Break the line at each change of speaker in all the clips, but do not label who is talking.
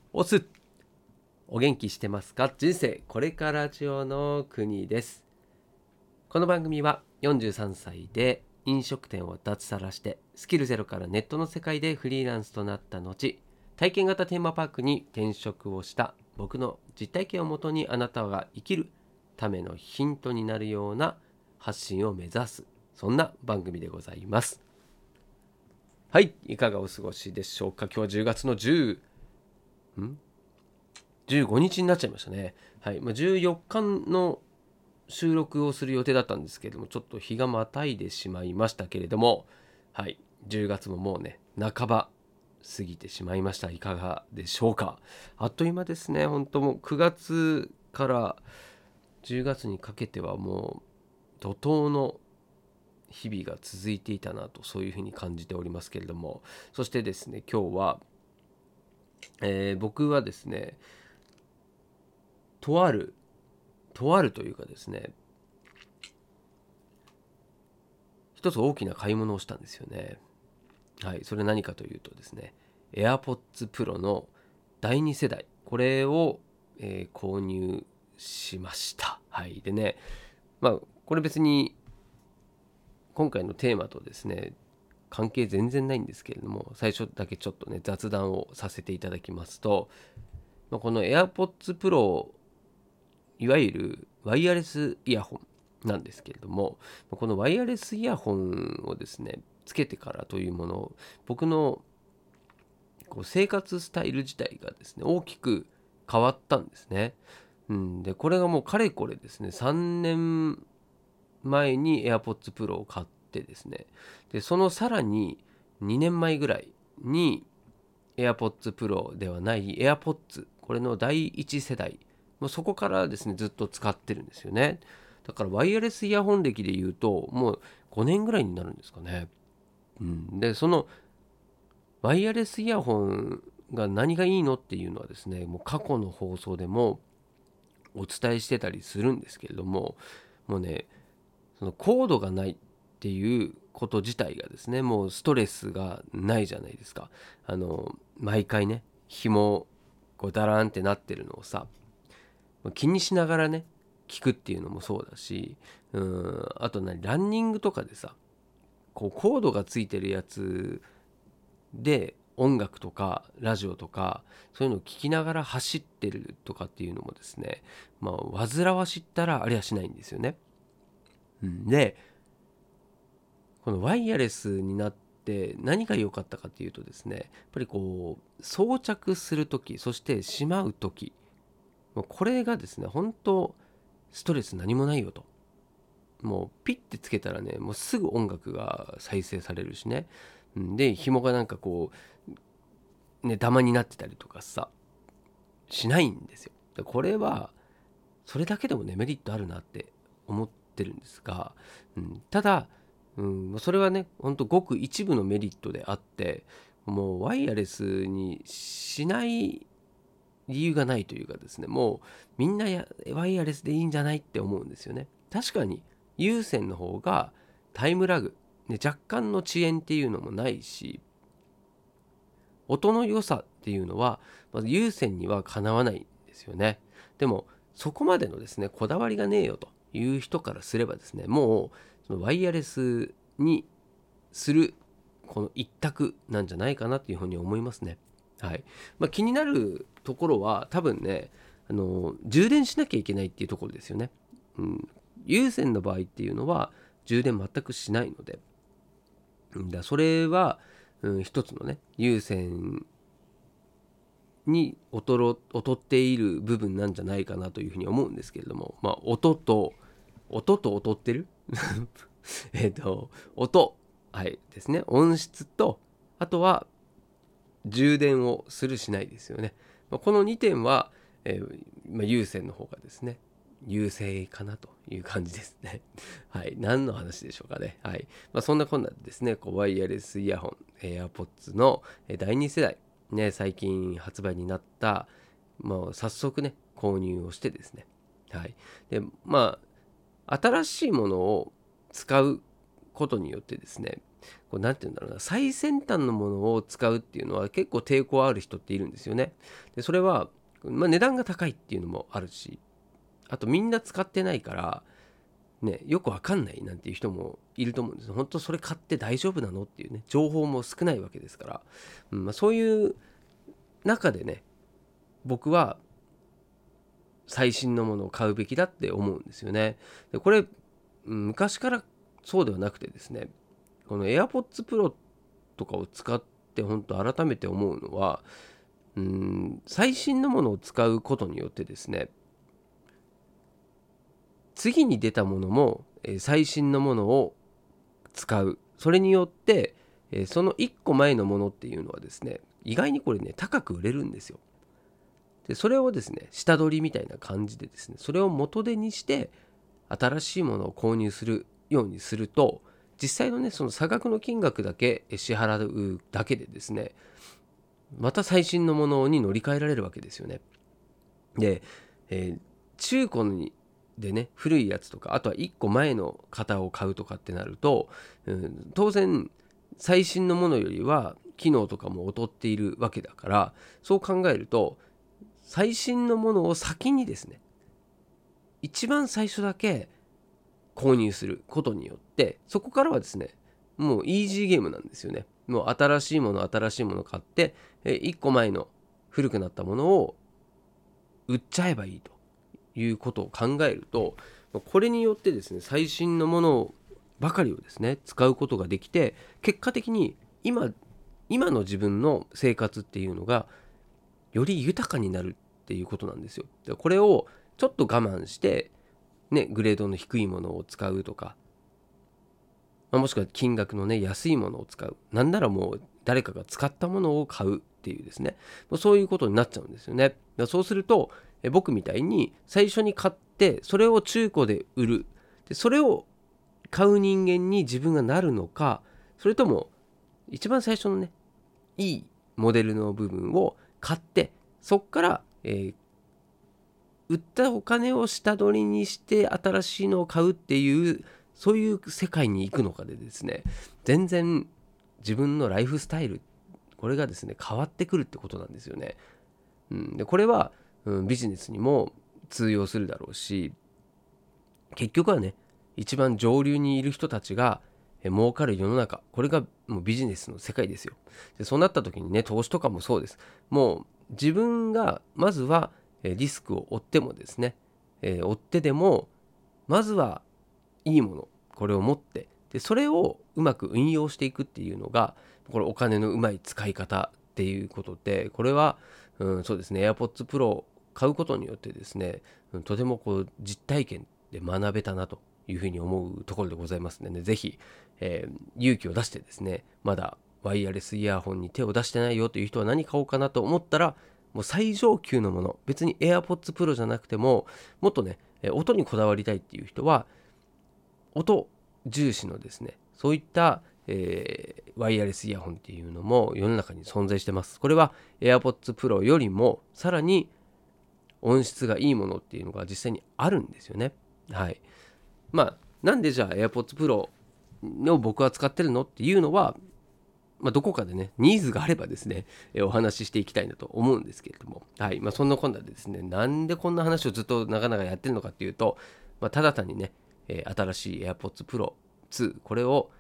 おすお元気してますか？人生これからラジオの国です。この番組は43歳で飲食店を脱サラしてスキルゼロからネットの世界でフリーランスとなった後、体験型テーマパークに転職をした僕の実体験をもとに、あなたが生きるためのヒントになるような発信を目指す、そんな番組でございます。はい、いかがお過ごしでしょうか。今日は10月の15日になっちゃいましたね。はい、14日の収録をする予定だったんですけれども、ちょっと日がまたいでしまいましたけれども、はい、10月ももうね、半ば過ぎてしまいました。いかがでしょうか。あっという間ですね。本当もう9月から10月にかけてはもう怒涛の日々が続いていたなと、そういうふうに感じておりますけれども、そしてですね、今日は、僕はですね、とあるというかですね、一つ大きな買い物をしたんですよね。はい、それ何かというとですね、AirPods Pro の第2世代、これを、購入しました。はい、でね、これ別に今回のテーマとですね、関係全然ないんですけれども、最初だけちょっとね、雑談をさせていただきますと、この AirPods Pro、いわゆるワイヤレスイヤホンなんですけれども、このワイヤレスイヤホンをですね、つけてからというもの、僕の生活スタイル自体がですね、大きく変わったんですね。で、これがもうかれこれですね、3年前に AirPods Pro を買ってですね、で、そのさらに2年前ぐらいに AirPods Pro ではない AirPods、これの第1世代、もうそこからですね、ずっと使ってるんですよね。だからワイヤレスイヤホン歴で言うと、もう5年ぐらいになるんですかね。で、そのワイヤレスイヤホンが何がいいのっていうのはですね、もう過去の放送でもお伝えしてたりするんですけれども、もうね、そのコードがないっていうこと自体がですね、もうストレスがないじゃないですか。毎回ね、紐ダラーンってなってるのをさ、気にしながらね、聞くっていうのもそうだし、あとランニングとかでさ、コードがついてるやつで音楽とかラジオとかそういうのを聞きながら走ってるとかっていうのもですね、煩わしったらありゃしないんですよね。で、このワイヤレスになって何が良かったかっていうとですね、やっぱり装着するとき、そしてしまうとき、これがですね、本当ストレス何もないよと。もうピッてつけたらね、もうすぐ音楽が再生されるしね。で、紐がなんかね、ダマになってたりとかさ、しないんですよ。これはそれだけでもね、メリットあるなって思ってるんですが、ただ、それはね、ほんとごく一部のメリットであって、もうワイヤレスにしない理由がないというかですね、もうみんなワイヤレスでいいんじゃないって思うんですよね。確かに有線の方がタイムラグ、ね、若干の遅延っていうのもないし、音の良さっていうのはまず有線にはかなわないんですよね。でもそこまでのですね、こだわりがねえよという人からすればですね、もうそのワイヤレスにするこの一択なんじゃないかなっていうふうに思いますね。はい。気になるところは多分ね、充電しなきゃいけないっていうところですよね。有線の場合っていうのは充電全くしないので、それは、一つのね、有線に劣っている部分なんじゃないかなというふうに思うんですけれども、音と劣ってる音、はいですね、音質と、あとは充電をするしないですよね。この2点は、有線の方がですね、優勢かなという感じですね。はい。何の話でしょうかね。はい。そんなこんなでですね、ワイヤレスイヤホン、AirPods の第2世代、ね、最近発売になった、早速ね、購入をしてですね。はい。で、新しいものを使うことによってですね、 なんて言うんだろうな、最先端のものを使うっていうのは結構抵抗ある人っているんですよね。でそれは、値段が高いっていうのもあるし、あとみんな使ってないからね、よくわかんないなんていう人もいると思うんです。本当それ買って大丈夫なのっていうね、情報も少ないわけですから、そういう中でね、僕は最新のものを買うべきだって思うんですよね。でこれ、昔からそうではなくてですね、この AirPods Pro とかを使って本当改めて思うのは、最新のものを使うことによってですね、次に出たものも、最新のものを使う。それによって、その1個前のものっていうのはですね、意外にこれね、高く売れるんですよ。でそれをですね、下取りみたいな感じでですね、それを元手にして新しいものを購入するようにすると、実際のね、その差額の金額だけ支払うだけでですね、また最新のものに乗り換えられるわけですよね。で、中古にでね、古いやつとか、あとは1個前の型を買うとかってなると、当然最新のものよりは機能とかも劣っているわけだから、そう考えると最新のものを先にですね、一番最初だけ購入することによって、そこからはですね、もうイージーゲームなんですよね。もう新しいもの買って、1個前の古くなったものを売っちゃえばいいということを考えると、これによってですね、最新のものばかりをですね、使うことができて、結果的に今の自分の生活っていうのがより豊かになるっていうことなんですよ。これをちょっと我慢してね、グレードの低いものを使うとか、もしくは金額のね、安いものを使う。なんならもう誰かが使ったものを買うっていうですね、そういうことになっちゃうんですよね。そうすると、僕みたいに最初に買って、それを中古で売る。でそれを買う人間に自分がなるのか、それとも一番最初のね、いいモデルの部分を買って、そっから、売ったお金を下取りにして新しいのを買うっていう、そういう世界に行くのかでですね、全然自分のライフスタイル、これがですね、変わってくるってことなんですよね。でこれは、ビジネスにも通用するだろうし、結局はね、一番上流にいる人たちが儲かる世の中、これがもうビジネスの世界ですよ。でそうなった時にね、投資とかもそうです。もう自分がまずはリスクを負ってもですね、負ってでもまずはいいもの、これを持って、でそれをうまく運用していくっていうのが、これお金のうまい使い方っていうことで、これは、そうですね、AirPods Pro を買うことによってですね、とても実体験で学べたなというふうに思うところでございますのでね、ぜひ、勇気を出してですね、まだワイヤレスイヤホンに手を出してないよという人は何買おうかなと思ったら、もう最上級のもの、別に AirPods Pro じゃなくても、もっとね、音にこだわりたいっていう人は、音重視のですね、そういった、ワイヤレスイヤホンっていうのも世の中に存在してます。これは AirPods Pro よりもさらに音質がいいものっていうのが実際にあるんですよね。はい。なんでじゃあ AirPods Pro を僕は使ってるのっていうのは、どこかでね、ニーズがあればですね、お話ししていきたいなと思うんですけれども、はい。そんなこんなでですね、なんでこんな話をずっと長々やってるのかっていうと、ただ単にね、新しい AirPods Pro 2、これを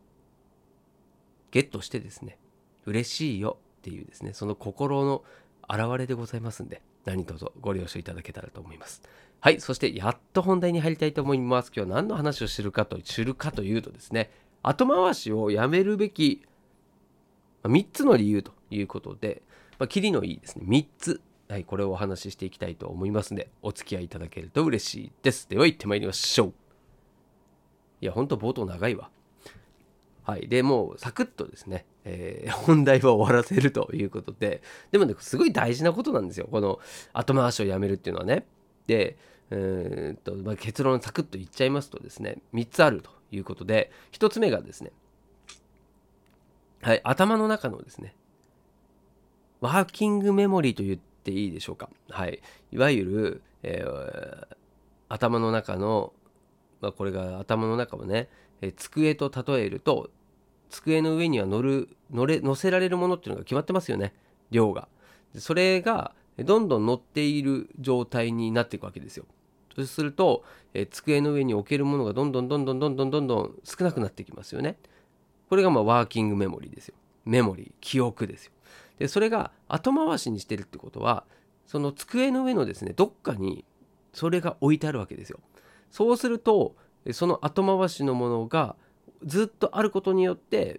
ゲットしてですね、嬉しいよっていうですね、その心の表れでございますんで、何卒ご了承いただけたらと思います。はい、そしてやっと本題に入りたいと思います。今日は何の話をするかというとですね、後回しをやめるべき3つの理由ということで、キリのいいですね、3つ。はい、これをお話ししていきたいと思いますので、お付き合いいただけると嬉しいです。では行ってまいりましょう。いや、ほんと冒頭長いわ。はい。で、もうサクッとですね、本題は終わらせるということで、でもね、すごい大事なことなんですよ。この後回しをやめるっていうのはね。で、結論サクッと言っちゃいますとですね、3つあるということで、1つ目がですね、はい、頭の中のですね、ワーキングメモリーと言っていいでしょうか。はい。いわゆる、頭の中の、これが頭の中をね、机と例えると、 机の上には乗せられるものっていうのが決まってますよね、量が。でそれがどんどん乗っている状態になっていくわけですよ。そうすると、机の上に置けるものがどんどん少なくなってきますよね。これがワーキングメモリーですよ。メモリー、記憶ですよ。でそれが後回しにしてるってことは、その机の上のですね、どっかにそれが置いてあるわけですよ。そうするとその後回しのものがずっとあることによって、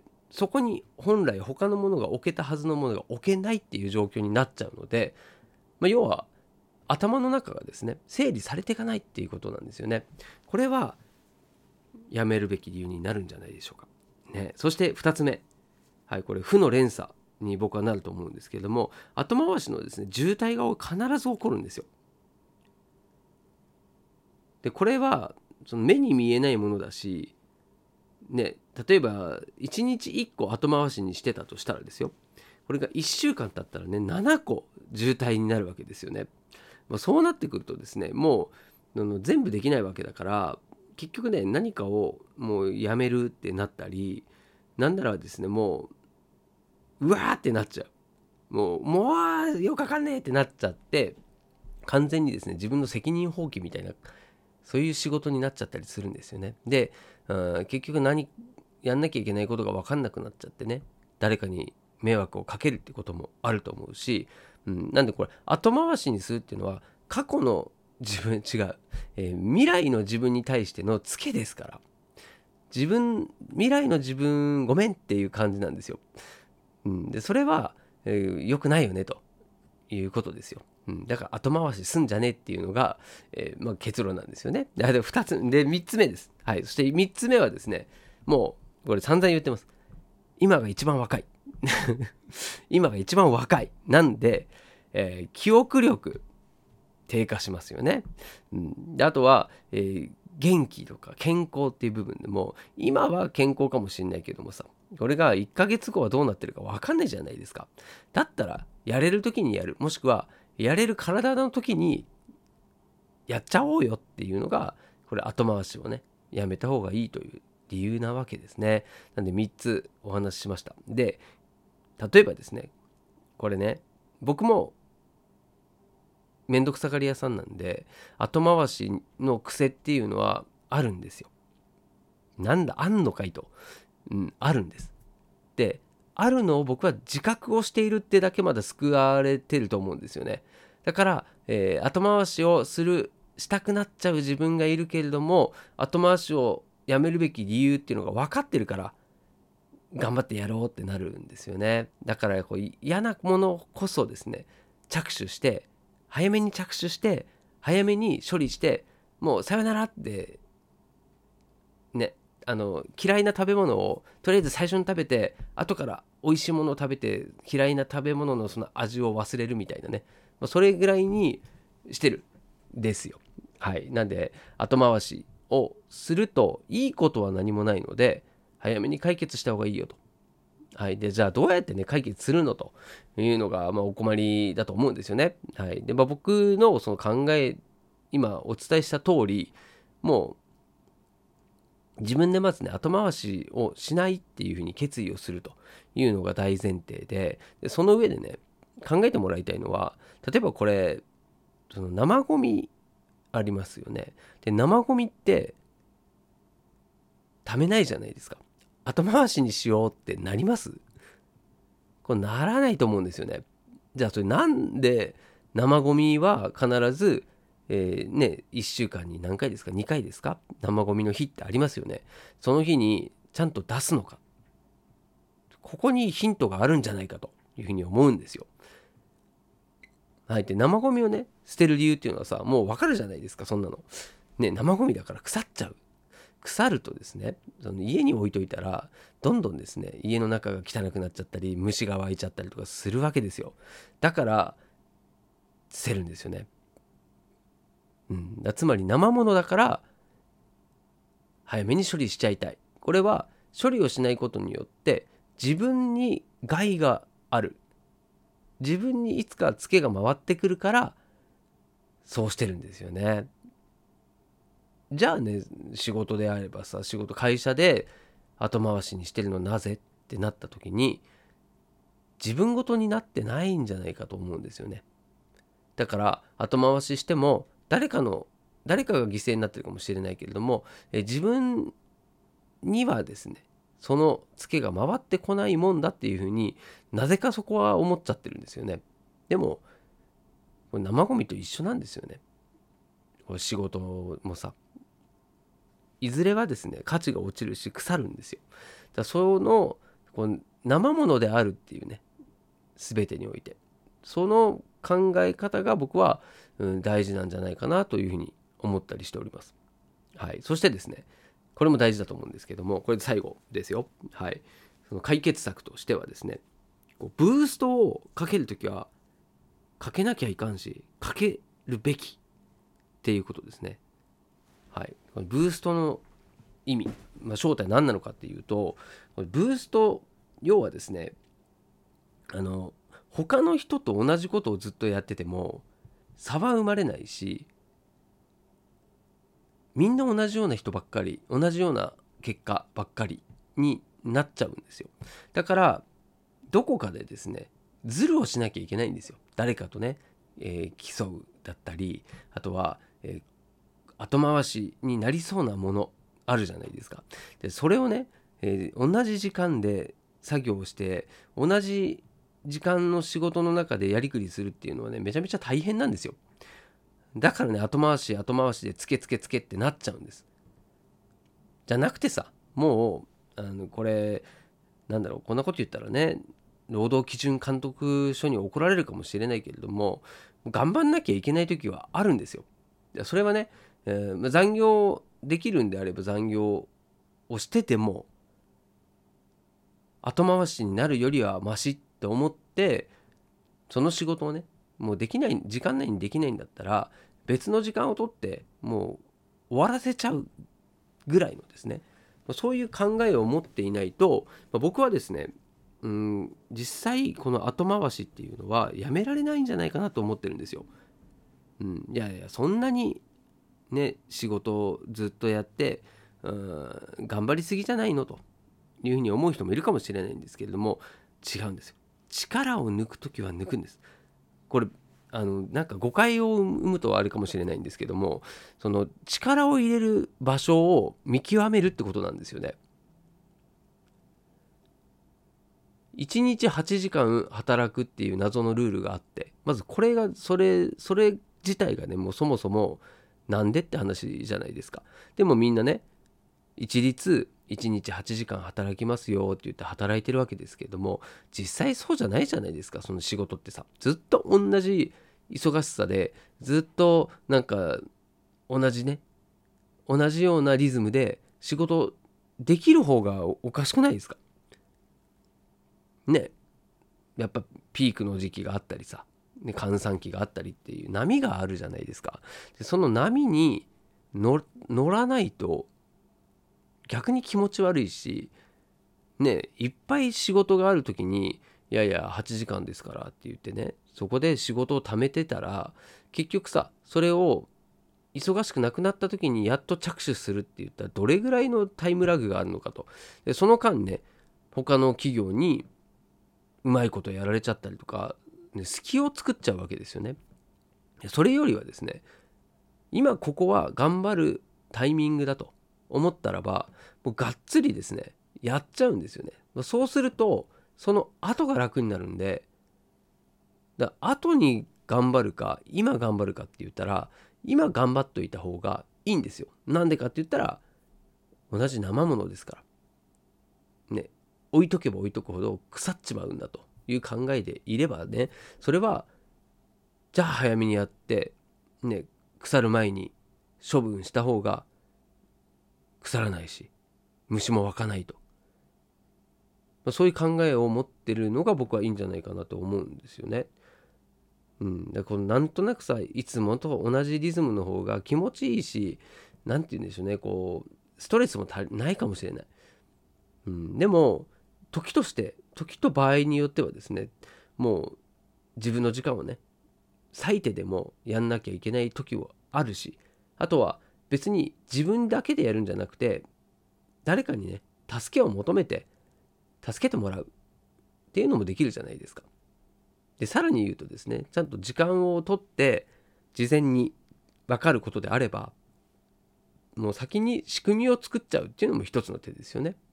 そこに本来他のものが置けたはずのものが置けないっていう状況になっちゃうので、要は頭の中がですね、整理されていかないっていうことなんですよね。これはやめるべき理由になるんじゃないでしょうか。ね、そして2つ目、これ負の連鎖に僕はなると思うんですけれども、後回しのですね、渋滞が必ず起こるんですよ。でこれはその目に見えないものだし、ね、例えば1日1個後回しにしてたとしたらですよ、これが1週間経ったらね、7個渋滞になるわけですよね。そうなってくるとですね、もう全部できないわけだから、結局ね、何かをもうやめるってなったり、なんならですね、もうわーってなっちゃう、もうよくわかんねえってなっちゃって、完全にですね、自分の責任放棄みたいな、そういう仕事になっちゃったりするんですよね。で、結局やんなきゃいけないことが分かんなくなっちゃってね、誰かに迷惑をかけるってこともあると思うし、なんでこれ後回しにするっていうのは、過去の自分違う、未来の自分に対してのツケですから、未来の自分ごめんっていう感じなんですよ。でそれは、良くないよねということですよ。だから後回しすんじゃねっていうのが、結論なんですよね。で2つで3つ目です。そして3つ目はですね、もうこれ散々言ってます。今が一番若い今が一番若いなんで、記憶力低下しますよね。であとは、元気とか健康っていう部分でも、今は健康かもしれないけどもさ、これが1ヶ月後はどうなってるか分かんないじゃないですか。だったらやれる時にやる、もしくはやれる体の時にやっちゃおうよっていうのが、これ後回しをね、やめた方がいいという理由なわけですね。なんで3つお話ししました。で例えばですね、これね、僕もめんどくさがり屋さんなんで、後回しの癖っていうのはあるんですよ。なんだあんのかいと、あるんです。であるのを僕は自覚をしているってだけまだ救われてると思うんですよね。だから、後回しをしたくなっちゃう自分がいるけれども、後回しをやめるべき理由っていうのが分かってるから、頑張ってやろうってなるんですよね。だから嫌なものこそですね、早めに着手して早めに処理して、もうさよならってね、嫌いな食べ物をとりあえず最初に食べて、後から美味しいものを食べて嫌いな食べ物のその味を忘れるみたいなね、それぐらいにしてるですよ。なんで後回しをするといいことは何もないので、早めに解決した方がいいよと。でじゃあどうやってね解決するのというのが、お困りだと思うんですよね。で僕のその考え、今お伝えした通り、もう自分でまずね後回しをしないっていうふうに決意をするというのが大前提で、その上でね考えてもらいたいのは、例えばこれその生ゴミありますよね。で生ゴミってためないじゃないですか。後回しにしようってなります？これならないと思うんですよね。じゃあそれなんで生ゴミは必ず、1週間に何回ですか、2回ですか、生ゴミの日ってありますよね。その日にちゃんと出すのか、ここにヒントがあるんじゃないかというふうに思うんですよ。で生ゴミをね捨てる理由っていうのはさ、もうわかるじゃないですか。そんなのね、生ゴミだから腐っちゃう。腐るとですね、その家に置いといたらどんどんですね家の中が汚くなっちゃったり、虫が湧いちゃったりとかするわけですよ。だから捨てるんですよね。つまり生ものだから早めに処理しちゃいたい。これは処理をしないことによって自分に害がある、自分にいつかツケが回ってくるからそうしてるんですよね。じゃあね、仕事であればさ、会社で後回しにしてるのなぜってなった時に、自分ごとになってないんじゃないかと思うんですよね。だから後回ししても誰かが犠牲になってるかもしれないけれども、自分にはですね、そのツケが回ってこないもんだっていうふうになぜかそこは思っちゃってるんですよね。でもこれ生ゴミと一緒なんですよね。これ仕事もさ、いずれはですね価値が落ちるし腐るんですよ。だからそのこう生ものであるっていうね、全てにおいてその考え方が僕は、大事なんじゃないかなというふうに思ったりしております。はい、そしてですね、これも大事だと思うんですけども、これで最後ですよ。はい、その解決策としてはですね、こうブーストをかけるときはかけなきゃいかんし、かけるべきっていうことですね。はい、このブーストの意味、正体何なのかっていうと、ブースト、要はですね、他の人と同じことをずっとやってても差は生まれないし、みんな同じような人ばっかり、同じような結果ばっかりになっちゃうんですよ。だからどこかでですね、ズルをしなきゃいけないんですよ。誰かとね、競うだったり、あとは、後回しになりそうなものあるじゃないですか。でそれをね、同じ時間で作業をして同じ時間の仕事の中でやりくりするっていうのはね、めちゃめちゃ大変なんですよ。だからね、後回しでつけってなっちゃうんです。じゃなくてさ、もうこれなんだろう、こんなこと言ったらね、労働基準監督署に怒られるかもしれないけれども、頑張んなきゃいけない時はあるんですよ。それはね、残業できるんであれば残業をしてても後回しになるよりはマシって思って、その仕事をね、もうできない、時間内にできないんだったら別の時間を取ってもう終わらせちゃうぐらいのですね、そういう考えを持っていないと、僕はですね、実際この後回しっていうのはやめられないんじゃないかなと思ってるんですよ。いやいや、そんなにね仕事をずっとやって、頑張りすぎじゃないのというふうに思う人もいるかもしれないんですけれども、違うんですよ。力を抜くときは抜くんです。これなんか誤解を生むとはあるかもしれないんですけども、その力を入れる場所を見極めるってことなんですよね。1日8時間働くっていう謎のルールがあって、まずこれがそれ自体がね、もうそもそもなんでって話じゃないですか。でもみんなね、一律1日8時間働きますよって言って働いてるわけですけれども、実際そうじゃないじゃないですか。その仕事ってさ、ずっと同じ忙しさで、ずっとなんか同じね、同じようなリズムで仕事できる方がおかしくないですかね。やっぱピークの時期があったりさ、ね、閑散期があったりっていう波があるじゃないですか。でその波に乗らないと逆に気持ち悪いし、ね、いっぱい仕事がある時にいやいや8時間ですからって言ってね、そこで仕事を貯めてたら結局さ、それを忙しくなくなった時にやっと着手するって言ったらどれぐらいのタイムラグがあるのかと。でその間ね、他の企業にうまいことやられちゃったりとか、ね、隙を作っちゃうわけですよね。それよりはですね、今ここは頑張るタイミングだと思ったらば、もうがっつりですねやっちゃうんですよね。そうするとその後が楽になるんで、後に頑張るか今頑張るかって言ったら今頑張っといた方がいいんですよ。なんでかって言ったら同じ生ものですからね。置いとけば置いとくほど腐っちまうんだという考えでいればね、それはじゃあ早めにやってね、腐る前に処分した方が腐らないし虫も湧かないと、そういう考えを持ってるのが僕はいいんじゃないかなと思うんですよね。だからこのなんとなくさ、いつもと同じリズムの方が気持ちいいし、なんて言うんでしょうね、こうストレスもないかもしれない。でも時と場合によってはですね、もう自分の時間をね割いてでもやんなきゃいけない時はあるし、あとは別に自分だけでやるんじゃなくて誰かにね助けを求めて助けてもらうっていうのもできるじゃないですか。でさらに言うとですね、ちゃんと時間をとって事前に分かることであれば、もう先に仕組みを作っちゃうっていうのも一つの手ですよね。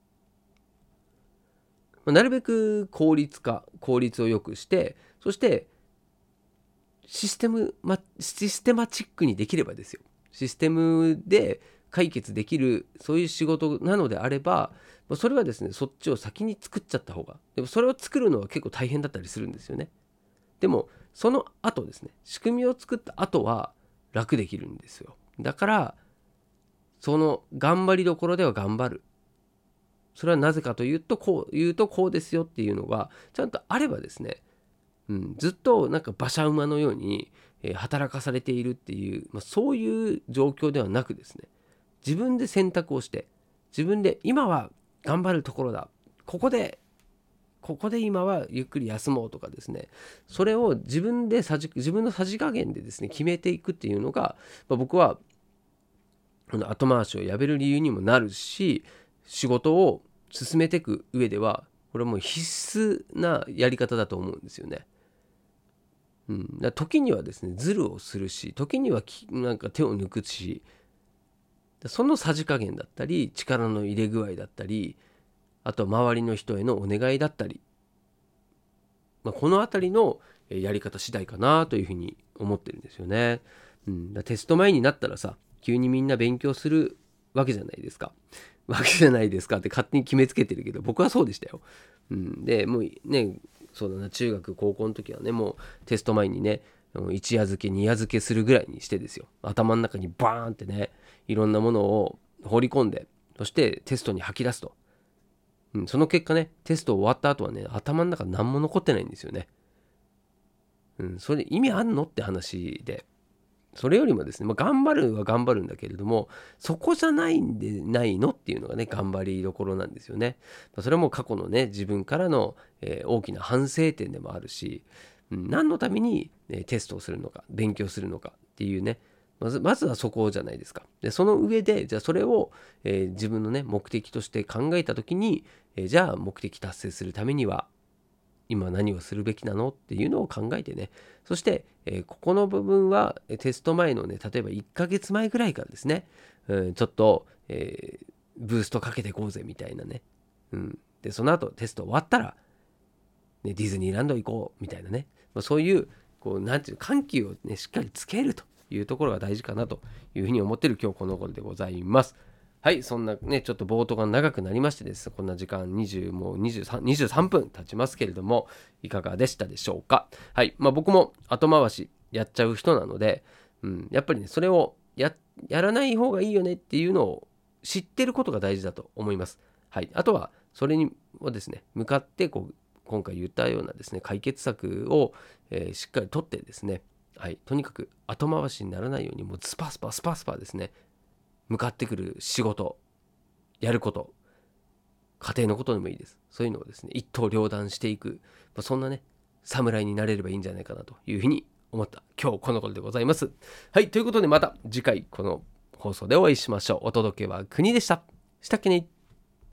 なるべく効率を良くして、そしてシステマチックにできればですよ。システムで解決できるそういう仕事なのであれば、それはですね、そっちを先に作っちゃった方が、でもそれを作るのは結構大変だったりするんですよね。でもその後ですね、仕組みを作った後は楽できるんですよ。だからその頑張りどころでは頑張る。それはなぜかというと、こうですよっていうのがちゃんとあればですね、ずっとなんか馬車馬のように働かされているっていう、そういう状況ではなくですね、自分で選択をして、自分で今は頑張るところだ、ここで今はゆっくり休もうとかですね、それを自分のさじ加減でですね決めていくっていうのが、僕は後回しをやめる理由にもなるし、仕事を進めていく上ではこれはもう必須なやり方だと思うんですよね。だ時にはですねズルをするし、時にはなんか手を抜くし、そのさじ加減だったり力の入れ具合だったり、あと周りの人へのお願いだったり、このあたりのやり方次第かなというふうに思ってるんですよね。テスト前になったらさ、急にみんな勉強するわけじゃないですか。って勝手に決めつけてるけど、僕はそうでしたよ。でもうね、そうだな、中学高校の時はね、もうテスト前にね、一夜漬け二夜漬けするぐらいにしてですよ、頭の中にバーンってね、いろんなものを放り込んで、そしてテストに吐き出すと。その結果ね、テスト終わった後はね、頭の中何も残ってないんですよね。それ意味あんのって話で、それよりもですね、頑張るは頑張るんだけれども、そこじゃないんでないのっていうのがね、頑張りどころなんですよね。それも過去のね、自分からの、大きな反省点でもあるし、何のために、テストをするのか、勉強するのかっていうね、まずはそこじゃないですか。で、その上で、じゃあそれを、自分のね、目的として考えたときに、じゃあ目的達成するためには、今何をするべきなのっていうのを考えてね、そして、ここの部分はテスト前のね、例えば1ヶ月前ぐらいからですね、ちょっと、ブーストかけていこうぜみたいなね、でその後テスト終わったら、ね、ディズニーランド行こうみたいなね、そういうなんていう緩急をねしっかりつけるというところが大事かなというふうに思ってる今日この頃でございます。はい、そんなね、ちょっと冒頭が長くなりましてですね、こんな時間もう23分経ちますけれども、いかがでしたでしょうか。はい、僕も後回しやっちゃう人なので、やっぱりね、それをやらない方がいいよねっていうのを知ってることが大事だと思います。はい、あとはそれにをですね、向かって今回言ったようなですね、解決策を、しっかりとってですね、はい、とにかく後回しにならないように、もうスパスパですね、向かってくる仕事、やること、家庭のことでもいいです。そういうのをですね、一刀両断していく、そんなね、侍になれればいいんじゃないかなというふうに思った今日この頃でございます。はい、ということでまた次回この放送でお会いしましょう。お届けは国でした。したっけね。